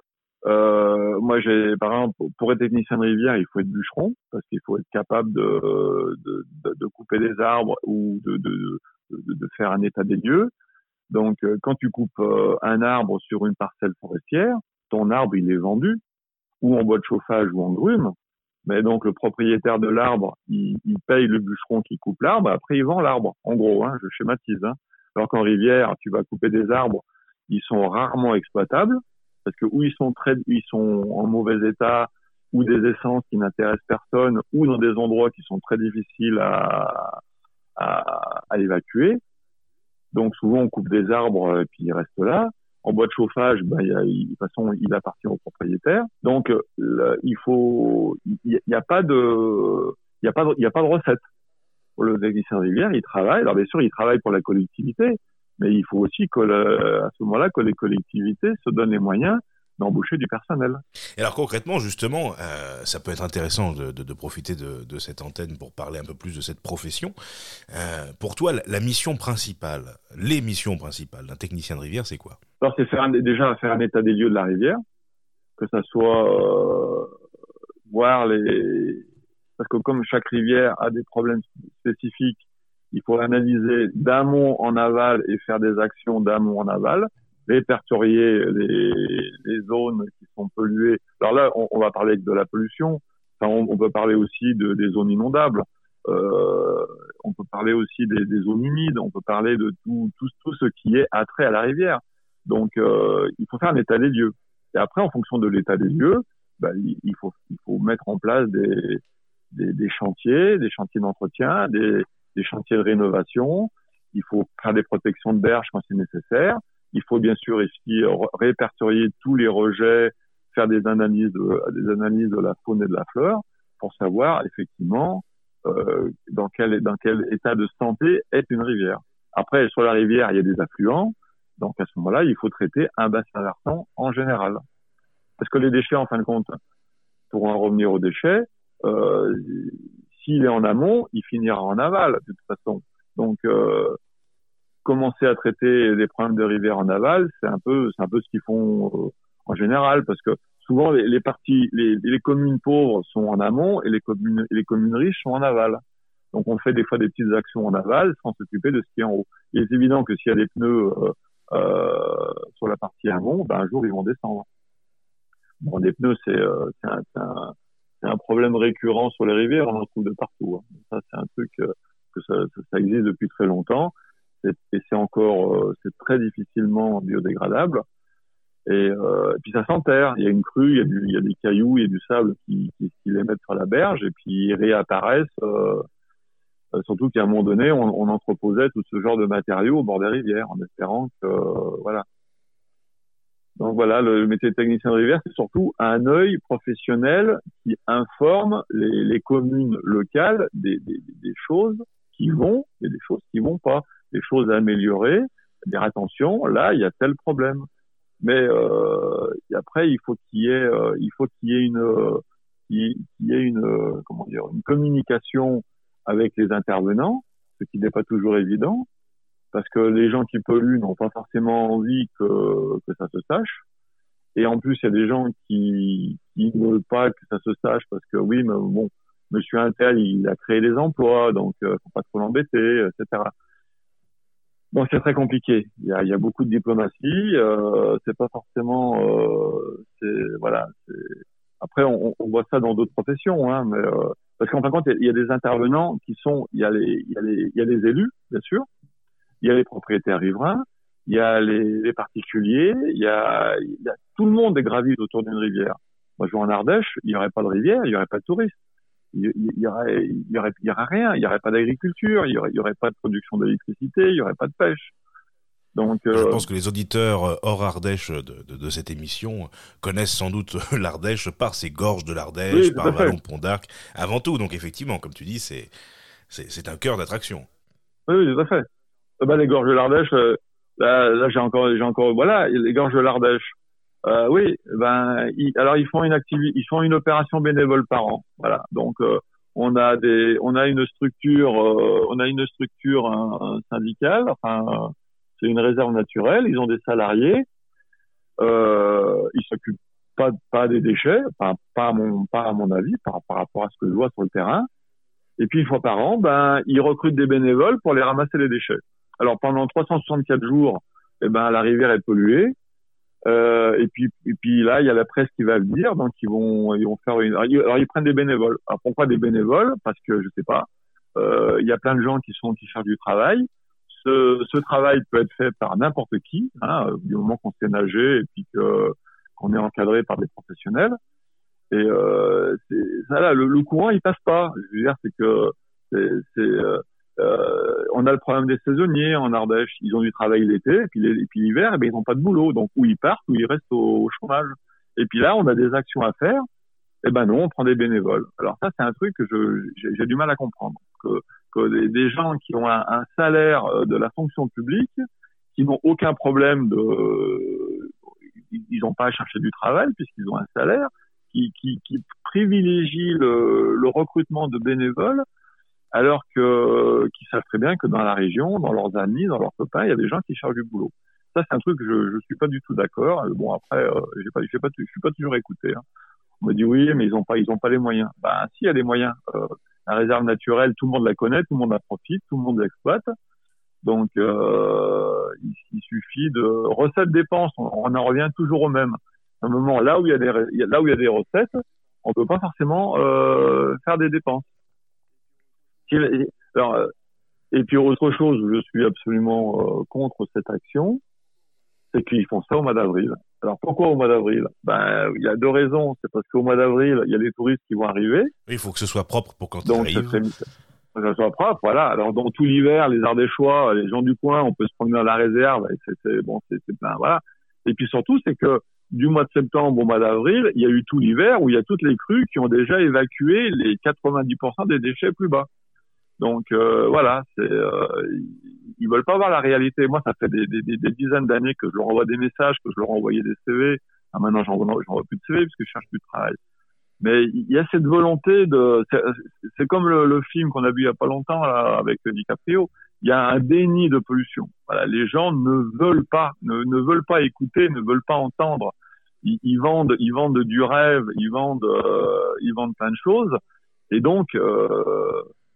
Euh, moi, j'ai, par exemple, pour être technicien de rivière, il faut être bûcheron, parce qu'il faut être capable de, de, de, de couper des arbres ou de, de, de, de faire un état des lieux. Donc, quand tu coupes un arbre sur une parcelle forestière, ton arbre, il est vendu, ou en bois de chauffage ou en grume. Mais donc, le propriétaire de l'arbre, il, il paye le bûcheron qui coupe l'arbre, après, il vend l'arbre. En gros, hein, je schématise. Hein. Alors qu'en rivière, tu vas couper des arbres, ils sont rarement exploitables, parce que ou ils sont très, ils sont en mauvais état, ou des essences qui n'intéressent personne, ou dans des endroits qui sont très difficiles à, à, à évacuer. Donc, souvent, on coupe des arbres et puis ils restent là. En bois de chauffage, ben, il y a, il, de toute façon, il appartient au propriétaire. Donc, le, il faut, il n'y a pas de, il y a pas de, il y a pas de recette. Pour le technicien de rivière, il travaille. Alors, bien sûr, il travaille pour la collectivité, mais il faut aussi que, le, à ce moment-là, que les collectivités se donnent les moyens d'embaucher du personnel. Et alors concrètement, justement, euh, ça peut être intéressant de, de, de profiter de, de cette antenne pour parler un peu plus de cette profession. Euh, pour toi, la, la mission principale, les missions principales d'un technicien de rivière, c'est quoi ? Alors c'est faire un, déjà faire un état des lieux de la rivière, que ça soit euh, voir les... Parce que comme chaque rivière a des problèmes spécifiques, il faut analyser d'amont en aval et faire des actions d'amont en aval, répertorier les, les zones qui sont polluées. Alors là, on, on va parler de la pollution. Enfin, on, on peut parler aussi de, des zones inondables. Euh, on peut parler aussi des, des zones humides. On peut parler de tout, tout, tout ce qui est attrait à la rivière. Donc, euh, il faut faire un état des lieux. Et après, en fonction de l'état des lieux, bah, il, il faut, il faut mettre en place des, des, des chantiers, des chantiers d'entretien, des, des chantiers de rénovation. Il faut faire des protections de berges quand c'est nécessaire. Il faut bien sûr ici répertorier tous les rejets, faire des analyses de, des analyses de la faune et de la flore pour savoir effectivement euh, dans quel dans quel état de santé est une rivière. Après, sur la rivière, il y a des affluents, donc à ce moment-là, il faut traiter un bassin versant en général. Parce que les déchets, en fin de compte, pour en revenir aux déchets, euh, s'il est en amont, il finira en aval de toute façon. Donc euh, commencer à traiter des problèmes de rivière en aval, c'est un peu, c'est un peu ce qu'ils font euh, en général, parce que souvent les, les parties, les, les communes pauvres sont en amont et les communes, et les communes riches sont en aval. Donc on fait des fois des petites actions en aval sans s'occuper de ce qui est en haut. Il est évident que s'il y a des pneus euh, euh, sur la partie amont, ben un jour ils vont descendre. Bon, des pneus, c'est, euh, c'est, un, c'est, un, c'est un problème récurrent sur les rivières, on en trouve de partout. Hein. Ça, c'est un truc euh, que ça, ça, ça existe depuis très longtemps, c'est, et c'est encore, euh, c'est très difficilement biodégradable. Et, euh, et puis ça s'enterre. Il y a une crue, il y a, du, il y a des cailloux, il y a du sable qui, qui, qui les mettent sur la berge, et puis ils réapparaissent. Euh, euh, surtout qu'à un moment donné, on, on entreposait tout ce genre de matériaux au bord des rivières, en espérant que, euh, voilà. Donc voilà, le métier de technicien de rivière, c'est surtout un œil professionnel qui informe les, les communes locales des, des, des choses qui vont et des choses qui vont pas, des choses à améliorer, dire attention, là il y a tel problème. Mais euh, après il faut qu'il y ait, euh, il faut qu'il y ait une, euh, qu'il y ait une, euh, comment dire, une communication avec les intervenants, ce qui n'est pas toujours évident. Parce que les gens qui polluent n'ont pas forcément envie que, que ça se sache. Et en plus, il y a des gens qui, qui ne veulent pas que ça se sache parce que oui, mais bon, monsieur Intel, il a créé des emplois, donc euh, faut pas trop l'embêter, et cetera. Donc c'est très compliqué. Il y a, il y a beaucoup de diplomatie. Euh, c'est pas forcément, euh, c'est voilà. C'est... Après, on, on voit ça dans d'autres professions, hein, mais euh, parce qu'en fin de compte, il y a des intervenants qui sont, il y a les, il y a les, il y a les élus, bien sûr. Il y a les propriétaires riverains, il y a les, les particuliers, il y a, il y a tout le monde est gravite autour d'une rivière. Moi, je vais en Ardèche, il n'y aurait pas de rivière, il n'y aurait pas de touristes, il, il y aurait, il y aurait, il y aurait rien, il n'y aurait pas d'agriculture, il n'y aurait, il y aurait pas de production d'électricité, il n'y aurait pas de pêche. Donc, euh... je pense que les auditeurs hors Ardèche de, de, de cette émission connaissent sans doute l'Ardèche par ses gorges de l'Ardèche, oui, par Vallon-Pont d'Arc, avant tout. Donc effectivement, comme tu dis, c'est, c'est, c'est un cœur d'attraction. Oui, oui, tout à fait. Ben, les gorges de l'Ardèche, euh, là, là j'ai encore, j'ai encore, voilà, les gorges de l'Ardèche. Euh, oui, ben, ils, alors ils font une activité, ils font une opération bénévole par an, voilà. Donc, euh, on a des, on a une structure, euh, on a une structure un, un syndicale, enfin, euh, c'est une réserve naturelle. Ils ont des salariés, euh, ils s'occupent pas, pas des déchets, enfin, pas à mon, pas à mon avis, par, par rapport à ce que je vois sur le terrain. Et puis une fois par an, ben, ils recrutent des bénévoles pour les ramasser les déchets. Alors pendant trois cent soixante-quatre jours, eh ben la rivière est polluée. Euh, et puis et puis là, il y a la presse qui va venir, donc ils vont ils vont faire une. Alors ils, alors, ils prennent des bénévoles. Alors pourquoi des bénévoles? Parce que je sais pas. Euh, il y a plein de gens qui sont qui cherchent du travail. Ce, ce travail peut être fait par n'importe qui, hein, du moment qu'on sait nager et puis que qu'on est encadré par des professionnels. Et euh, c'est, ça là, le, le courant il passe pas. Je veux dire, c'est que c'est, c'est euh, Euh, on a le problème des saisonniers en Ardèche. Ils ont du travail l'été, et puis, les, et puis l'hiver, eh ben, ils n'ont pas de boulot. Donc, où ils partent, où ils restent au, au chômage. Et puis là, on a des actions à faire. Eh ben non, on prend des bénévoles. Alors ça, c'est un truc que je, j'ai, j'ai du mal à comprendre. Que, que des, des gens qui ont un, un salaire de la fonction publique, qui n'ont aucun problème de... Ils n'ont pas à chercher du travail puisqu'ils ont un salaire, qui, qui, qui privilégient le, le recrutement de bénévoles, alors que qu'ils savent très bien que dans la région, dans leurs amis, dans leurs copains, il y a des gens qui cherchent du boulot. Ça, c'est un truc que je je suis pas du tout d'accord. Bon, après, euh, j'ai pas, j'ai pas, je suis pas toujours écouté. Hein. On me dit oui, mais ils ont pas, ils ont pas les moyens. Ben, si, il y a des moyens. Euh, la réserve naturelle, tout le monde la connaît, tout le monde la profite, tout le monde l'exploite. Donc, euh, il, il suffit de recettes dépenses. On, on en revient toujours au même. À un moment, là où il y a des, là où il y a des recettes, on peut pas forcément euh, faire des dépenses. Alors, et puis autre chose où je suis absolument euh, contre cette action, c'est qu'ils font ça au mois d'avril. Alors pourquoi au mois d'avril? Ben, il y a deux raisons. C'est parce qu'au mois d'avril, il y a les touristes qui vont arriver. Il faut que ce soit propre pour quand Donc, ils arrivent. Donc, que ça soit propre, voilà. Alors, dans tout l'hiver, les Ardéchois, les gens du coin, on peut se promener dans la réserve. Et c'est, c'est bon, c'est, c'est plein, voilà. Et puis surtout, c'est que du mois de septembre au mois d'avril, il y a eu tout l'hiver où il y a toutes les crues qui ont déjà évacué les quatre-vingt-dix pour cent des déchets plus bas. Donc euh, voilà, c'est euh, ils veulent pas voir la réalité. Moi, ça fait des, des, des, des dizaines d'années que je leur envoie des messages, que je leur envoyais des C V. Ah, maintenant, j'en j'envoie plus de C V parce que je cherche plus de travail. Mais il y a cette volonté de, c'est, c'est comme le, le film qu'on a vu il y a pas longtemps là, avec DiCaprio. Il y a un déni de pollution. Voilà, les gens ne veulent pas, ne, ne veulent pas écouter, ne veulent pas entendre. Ils, ils vendent, ils vendent du rêve, ils vendent, euh, ils vendent plein de choses. Et donc, euh,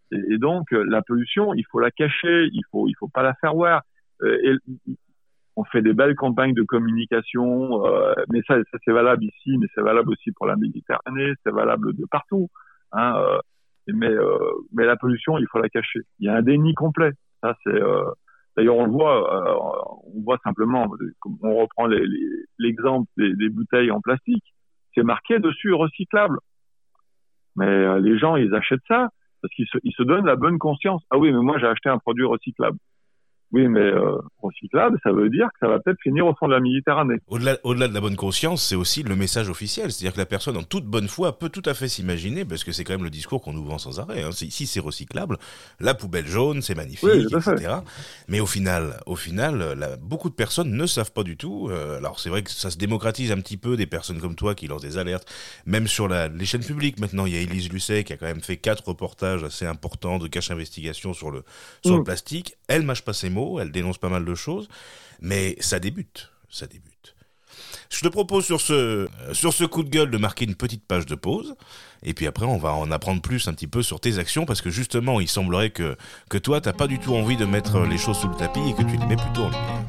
Et, et donc, la pollution, il faut la cacher, il faut, il faut pas la faire voir. Euh, et, on fait des belles campagnes de communication, euh, mais ça, ça c'est valable ici, mais c'est valable aussi pour la Méditerranée, c'est valable de partout. Hein, euh, mais, euh, mais la pollution, il faut la cacher. Il y a un déni complet. Ça, c'est. Euh, d'ailleurs, on le voit. Euh, on voit simplement. On reprend les, les, l'exemple des, des bouteilles en plastique. C'est marqué dessus recyclable. Mais euh, les gens, ils achètent ça parce qu'ils se, ils se donnent la bonne conscience. Ah oui, mais moi, j'ai acheté un produit recyclable. Oui, mais euh, recyclable, ça veut dire que ça va peut-être finir au fond de la Méditerranée. Au-delà, au-delà de la bonne conscience, c'est aussi le message officiel. C'est-à-dire que la personne, en toute bonne foi, peut tout à fait s'imaginer, parce que c'est quand même le discours qu'on nous vend sans arrêt. Hein. Si c'est recyclable, la poubelle jaune, c'est magnifique, oui, et cetera. Mais au final, au final, là, beaucoup de personnes ne savent pas du tout. Euh, alors c'est vrai que ça se démocratise un petit peu, des personnes comme toi qui lancent des alertes, même sur la, les chaînes publiques. Maintenant, il y a Élise Lucet qui a quand même fait quatre reportages assez importants de Cache Investigation sur le sur mmh. le plastique. Elle mâche pas ses mots, elle dénonce pas mal de choses, mais ça débute, ça débute. Je te propose sur ce, sur ce coup de gueule de marquer une petite page de pause, et puis après on va en apprendre plus un petit peu sur tes actions, parce que justement il semblerait que, que toi t'as pas du tout envie de mettre les choses sous le tapis et que tu les mets plutôt en lumière.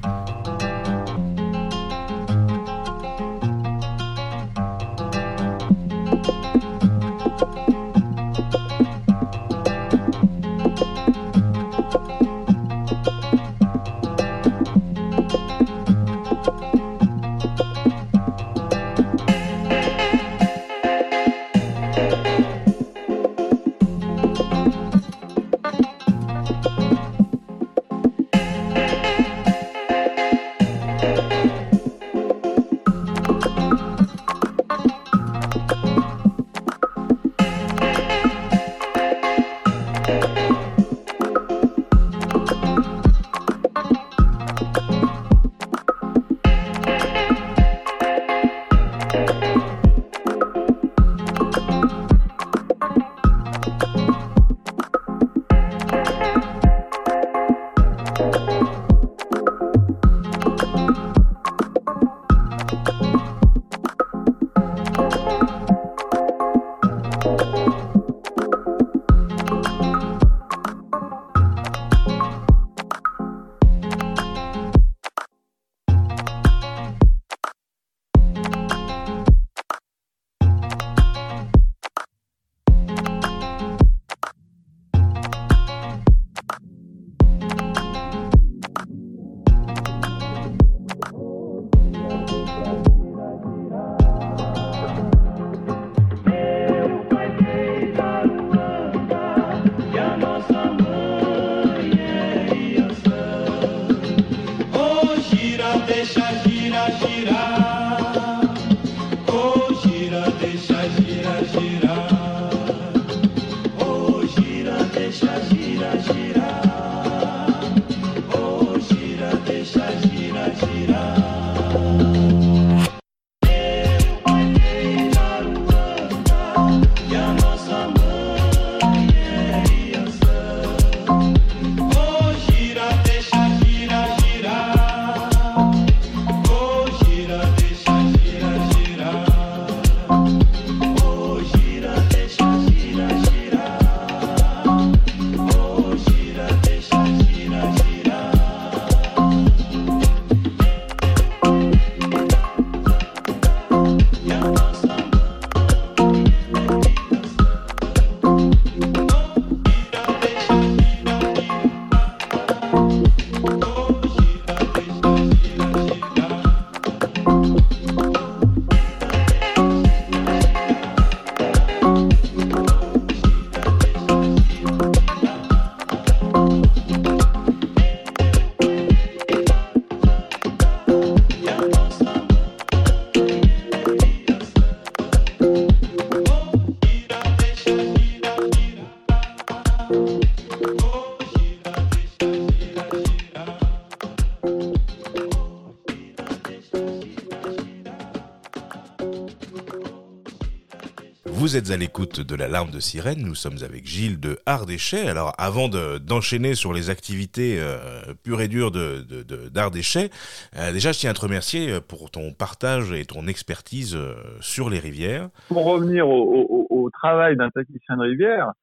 Vous êtes à l'écoute de la Larme de Sirène, nous sommes avec Gilles de Ardéchet. Alors avant de, d'enchaîner sur les activités euh, pures et dures de, de, de, d'Ardéchet, euh, déjà je tiens à te remercier pour ton partage et ton expertise euh, sur les rivières. Pour revenir au, au, au travail d'un technicien de rivière,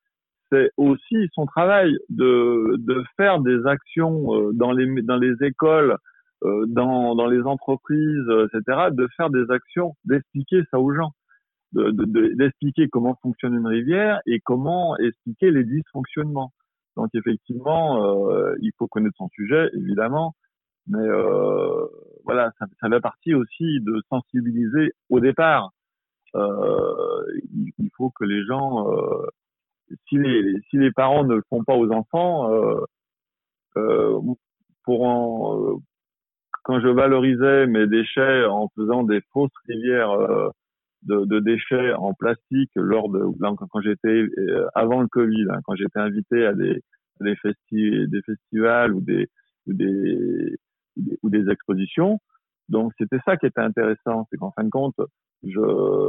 c'est aussi son travail de, de faire des actions euh, dans les, dans les écoles, euh, dans, dans les entreprises, et cetera, de faire des actions, d'expliquer ça aux gens, de, de, de, d'expliquer comment fonctionne une rivière et comment expliquer les dysfonctionnements. Donc effectivement, euh, il faut connaître son sujet, évidemment, mais euh, voilà, ça, ça fait partie aussi de sensibiliser au départ. Euh, il, il faut que les gens, euh, si les si les parents ne le font pas aux enfants, euh, euh, pour en, euh, quand je valorisais mes déchets en faisant des fausses rivières euh, de, de déchets en plastique lors de quand j'étais euh, avant le Covid, hein, quand j'étais invité à des à des, festi- des festivals ou des ou des ou des expositions. Donc c'était ça qui était intéressant, c'est qu'en fin de compte, je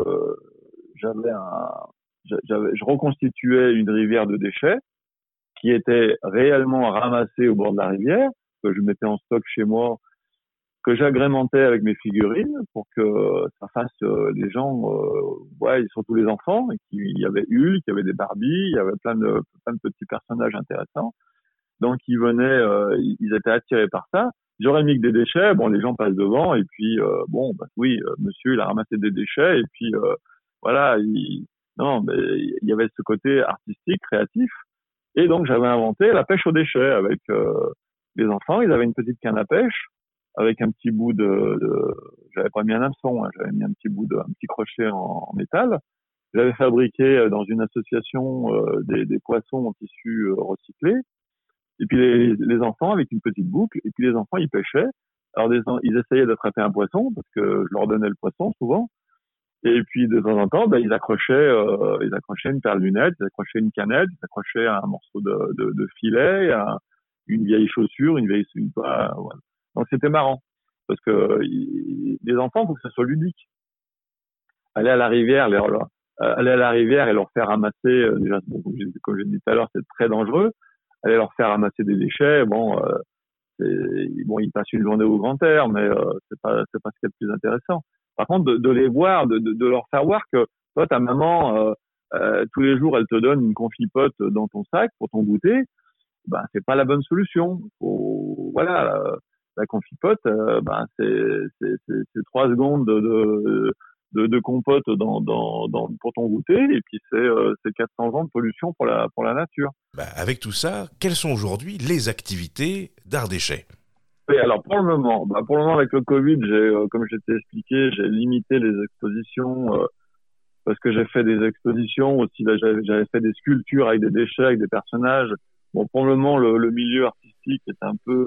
j'avais un j'avais je reconstituais une rivière de déchets qui était réellement ramassée au bord de la rivière, que je mettais en stock chez moi, que j'agrémentais avec mes figurines pour que ça fasse euh, les gens, euh, ouais, surtout les enfants. Et il y avait Hulk, il y avait des Barbie, il y avait plein de plein de petits personnages intéressants. Donc ils venaient, euh, ils étaient attirés par ça. J'aurais mis que des déchets, bon, les gens passent devant et puis euh, bon, bah oui, euh, monsieur, il a ramassé des déchets et puis euh, voilà, il, non, mais il y avait ce côté artistique, créatif. Et donc j'avais inventé la pêche aux déchets avec euh, les enfants. Ils avaient une petite canne à pêche avec un petit bout de, de j'avais pas mis un hameçon, hein, j'avais mis un petit bout de, un petit crochet en, en métal. J'avais fabriqué dans une association euh, des, des poissons en tissu euh, recyclé. Et puis les, les enfants avec une petite boucle, et puis les enfants ils pêchaient. Alors des, ils essayaient d'attraper un poisson parce que je leur donnais le poisson souvent. Et puis de temps en temps, ben, ils accrochaient, euh, ils accrochaient une paire de lunettes, ils accrochaient une canette, ils accrochaient un morceau de, de, de filet, un, une vieille chaussure, une vieille, une, voilà. Donc c'était marrant parce que il, les enfants, faut que ça soit ludique. Aller à la rivière, leur, leur, aller à la rivière et leur faire ramasser, euh, déjà, bon, comme j'ai, comme j'ai dit tout à l'heure, c'est très dangereux. Aller leur faire ramasser des déchets, bon, euh, c'est, bon, ils passent une journée au grand air, mais euh, c'est pas, c'est pas ce qui est le plus intéressant. Par contre, de, de les voir, de, de, de leur faire voir que toi, ta maman, euh, euh, tous les jours, elle te donne une confipote dans ton sac pour ton goûter, ben c'est pas la bonne solution. Faut, voilà, euh, la confipote, euh, ben c'est, c'est, c'est, c'est trois secondes de, de De, de compote dans, dans, dans, pour ton goûter, et puis c'est, euh, c'est quatre cents ans de pollution pour la, pour la nature. Bah, avec tout ça, quelles sont aujourd'hui les activités d'Art-Déchets ? Oui, alors pour le moment, bah pour le moment avec le Covid, j'ai, euh, comme je t'ai expliqué, j'ai limité les expositions euh, parce que j'ai fait des expositions aussi. Là, j'avais, j'avais fait des sculptures avec des déchets, avec des personnages. Bon, pour le moment, le, le milieu artistique est un peu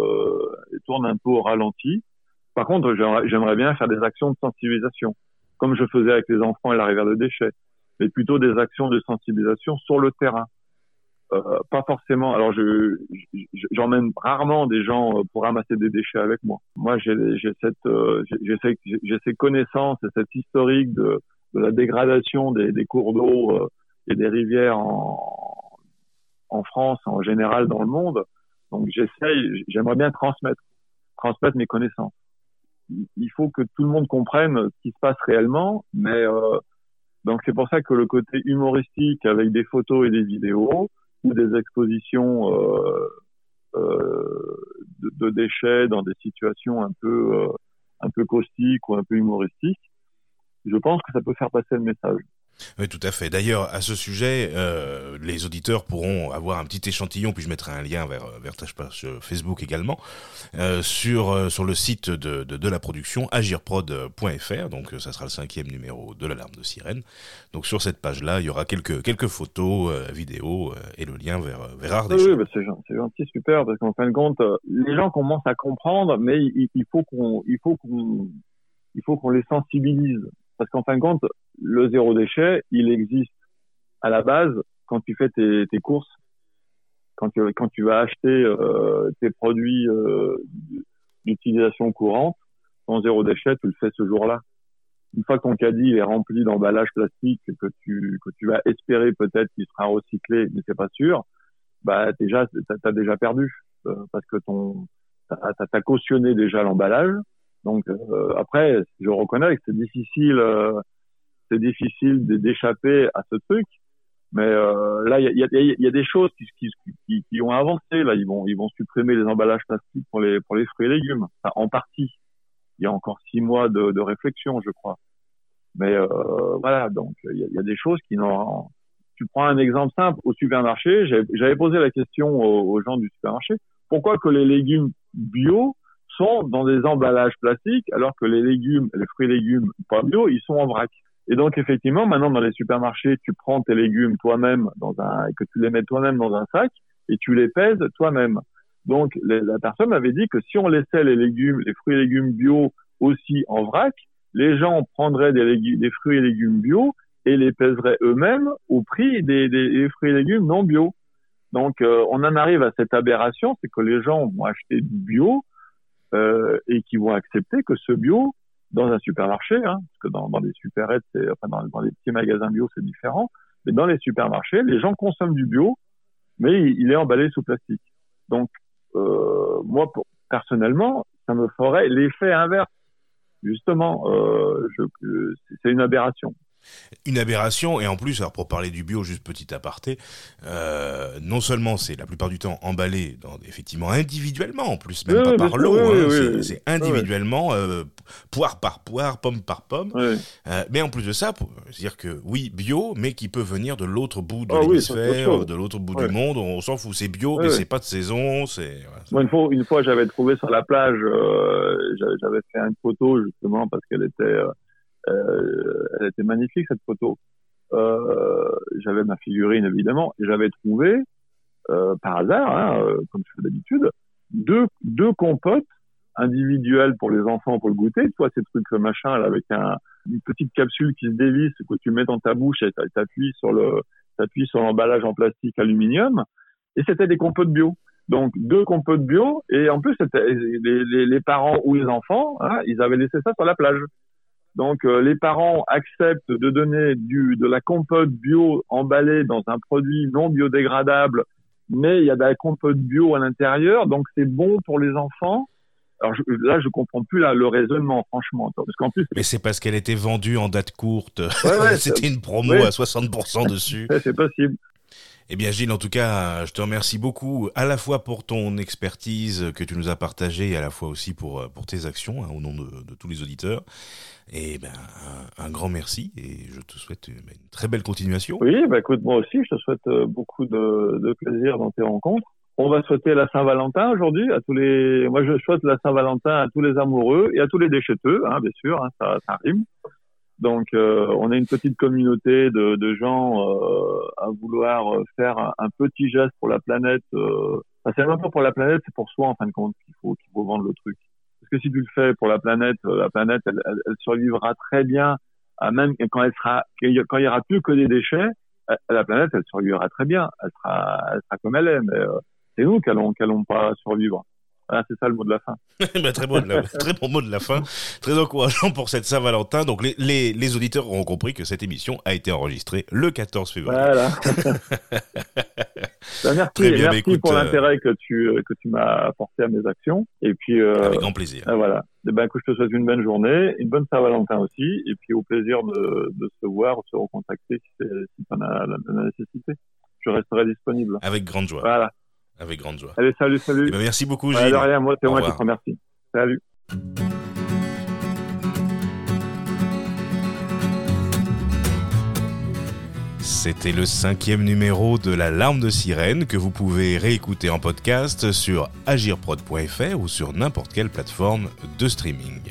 euh, tourne un peu au ralenti. Par contre, j'aimerais, j'aimerais bien faire des actions de sensibilisation, comme je faisais avec les enfants et la rivière de déchets, mais plutôt des actions de sensibilisation sur le terrain. Euh, pas forcément. Alors, je, je, j'emmène rarement des gens pour ramasser des déchets avec moi. Moi, j'ai, j'ai cette, euh, j'ai, j'ai, ces, j'ai ces connaissances et cette historique de, de la dégradation des, des cours d'eau euh, et des rivières en, en France, en général dans le monde. Donc, j'essaye, j'aimerais bien transmettre, transmettre mes connaissances. Il faut que tout le monde comprenne ce qui se passe réellement, mais euh, donc c'est pour ça que le côté humoristique avec des photos et des vidéos ou des expositions euh, euh, de, de déchets dans des situations un peu euh, un peu caustiques ou un peu humoristiques, je pense que ça peut faire passer le message. Oui, tout à fait. D'ailleurs, à ce sujet, euh, les auditeurs pourront avoir un petit échantillon, puis je mettrai un lien vers, vers ta page Facebook également, euh, sur, euh, sur le site de, de, de la production, agirprod point f r. Donc, ça sera le cinquième numéro de l'Alarme de Sirène. Donc, sur cette page-là, il y aura quelques, quelques photos, euh, vidéos euh, et le lien vers, vers Art-Déchets. Oui, oui, bah c'est, c'est gentil, super, parce qu'en fin de compte, les gens commencent à comprendre, mais il, il faut qu'on, il faut qu'on, il faut qu'on les sensibilise. Parce qu'en fin de compte, le zéro déchet, il existe à la base quand tu fais tes, tes courses, quand tu, quand tu vas acheter euh, tes produits euh, d'utilisation courante, ton zéro déchet, tu le fais ce jour-là. Une fois que ton caddie est rempli d'emballages plastiques que tu que tu vas espérer peut-être qu'il sera recyclé, mais c'est pas sûr, bah déjà t'as, t'as déjà perdu euh, parce que ton t'as, t'as, t'as cautionné déjà l'emballage. Donc euh, après, je reconnais que c'est difficile, euh, c'est difficile d'échapper à ce truc, Mais euh, là, il y a, y, a, y a des choses qui, qui, qui, qui ont avancé. Là, ils vont, ils vont supprimer les emballages plastiques pour les, pour les fruits et légumes. Enfin, en partie. Il y a encore six mois de, de réflexion, je crois. Mais euh, voilà, donc il y a, y a des choses qui n'ont. Tu prends un exemple simple au supermarché. J'avais, j'avais posé la question aux, aux gens du supermarché. Pourquoi que les légumes bio sont dans des emballages plastiques alors que les légumes, les fruits et légumes pas bio, ils sont en vrac? Et donc effectivement, maintenant dans les supermarchés, tu prends tes légumes toi-même dans un, et que tu les mets toi-même dans un sac et tu les pèses toi-même. Donc les, la personne m'avait dit que si on laissait les légumes, les fruits et légumes bio aussi en vrac, les gens prendraient des, légumes, des fruits et légumes bio et les pèseraient eux-mêmes au prix des, des, des fruits et légumes non bio. Donc euh, on en arrive à cette aberration, c'est que les gens vont acheter du bio euh, et qui vont accepter que ce bio dans un supermarché, hein, parce que dans, dans les supérettes, c'est, enfin dans, dans les petits magasins bio, c'est différent. Mais dans les supermarchés, les gens consomment du bio, mais il, il est emballé sous plastique. Donc, euh, moi, pour, personnellement, ça me ferait l'effet inverse. Justement, euh, je, c'est une aberration. Une aberration, et en plus, alors pour parler du bio, juste petit aparté, euh, non seulement c'est la plupart du temps emballé, dans, effectivement individuellement en plus, même oui, pas par lot, oui, hein, oui, c'est, oui. c'est individuellement, oui. euh, poire par poire, pomme par pomme, oui. euh, mais en plus de ça, pour dire que oui, bio, mais qui peut venir de l'autre bout de oh, l'hémisphère, oui, de l'autre bout oui. du monde, on s'en fout, c'est bio, oui, mais oui. c'est pas de saison, c'est... Voilà, c'est... Moi, une fois, une fois, j'avais trouvé sur la plage, euh, j'avais, j'avais fait une photo justement parce qu'elle était... Euh, Euh, elle était magnifique cette photo. Euh, j'avais ma figurine évidemment et j'avais trouvé euh, par hasard, hein, euh, comme je fais d'habitude, deux deux compotes individuelles pour les enfants pour le goûter. Toi, ces trucs machin là, avec un, une petite capsule qui se dévisse que tu mets dans ta bouche et t'appuies sur le t'appuies sur l'emballage en plastique aluminium. Et c'était des compotes bio. Donc deux compotes bio et en plus c'était les, les, les parents ou les enfants, hein, ils avaient laissé ça sur la plage. Donc euh, les parents acceptent de donner du de la compote bio emballée dans un produit non biodégradable, mais il y a de la compote bio à l'intérieur, donc c'est bon pour les enfants. Alors je, là, je comprends plus là, le raisonnement, franchement, parce qu'en plus. Mais c'est parce qu'elle était vendue en date courte. Ouais, ouais, C'était une promo ouais. à soixante pour cent dessus. Ouais, c'est possible. Eh bien Gilles, en tout cas, je te remercie beaucoup, à la fois pour ton expertise que tu nous as partagée, et à la fois aussi pour pour tes actions, hein, au nom de, de tous les auditeurs. Et ben un, un grand merci, et je te souhaite une, une très belle continuation. Oui, bah écoute, moi aussi, je te souhaite beaucoup de, de plaisir dans tes rencontres. On va souhaiter la Saint-Valentin aujourd'hui à tous les. Moi, je souhaite la Saint-Valentin à tous les amoureux et à tous les décheteux, hein, bien sûr, hein, ça, ça rime. Donc, euh, on est une petite communauté de, de gens euh, à vouloir faire un, un petit geste pour la planète. Euh, enfin, c'est même pas pour la planète, c'est pour soi en fin de compte qu'il faut qu'il faut vendre le truc. Parce que si tu le fais pour la planète, la planète, elle, elle, elle survivra très bien, à même quand elle sera, quand il y aura plus que des déchets, la planète, elle survivra très bien. Elle sera, elle sera comme elle est, mais euh, c'est nous qui allons, qui allons pas survivre. Voilà, c'est ça le mot de la fin. bah, très, bon de la, très bon mot de la fin, très encourageant pour cette Saint-Valentin. Donc les, les, les auditeurs auront compris que cette émission a été enregistrée le quatorze février. Voilà. bah, merci, très bien, merci écoute, pour l'intérêt que tu que tu m'as apporté à mes actions. Et puis euh, avec grand plaisir. Euh, voilà. Et ben écoute, je te souhaite une bonne journée, une bonne Saint-Valentin aussi, et puis au plaisir de, de se voir, de se recontacter si c'est si t'en as la, la nécessité. Je resterai disponible. Avec grande joie. Voilà. Avec grande joie. Allez, salut, salut. Eh ben, merci beaucoup, Gilles. Ouais, de rien, moi, c'est moi qui te remercie. Salut. C'était le cinquième numéro de La Larme de Sirène que vous pouvez réécouter en podcast sur agirprod point f r ou sur n'importe quelle plateforme de streaming.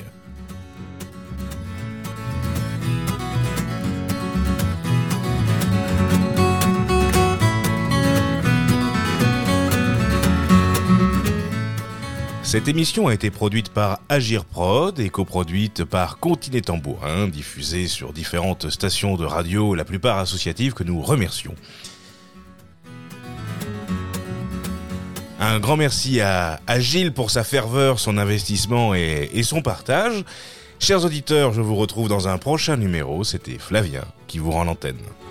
Cette émission a été produite par Agirprod et coproduite par Continet Tambourin, diffusée sur différentes stations de radio, la plupart associatives, que nous remercions. Un grand merci à, à Gilles pour sa ferveur, son investissement et, et son partage. Chers auditeurs, je vous retrouve dans un prochain numéro. C'était Flavien qui vous rend l'antenne.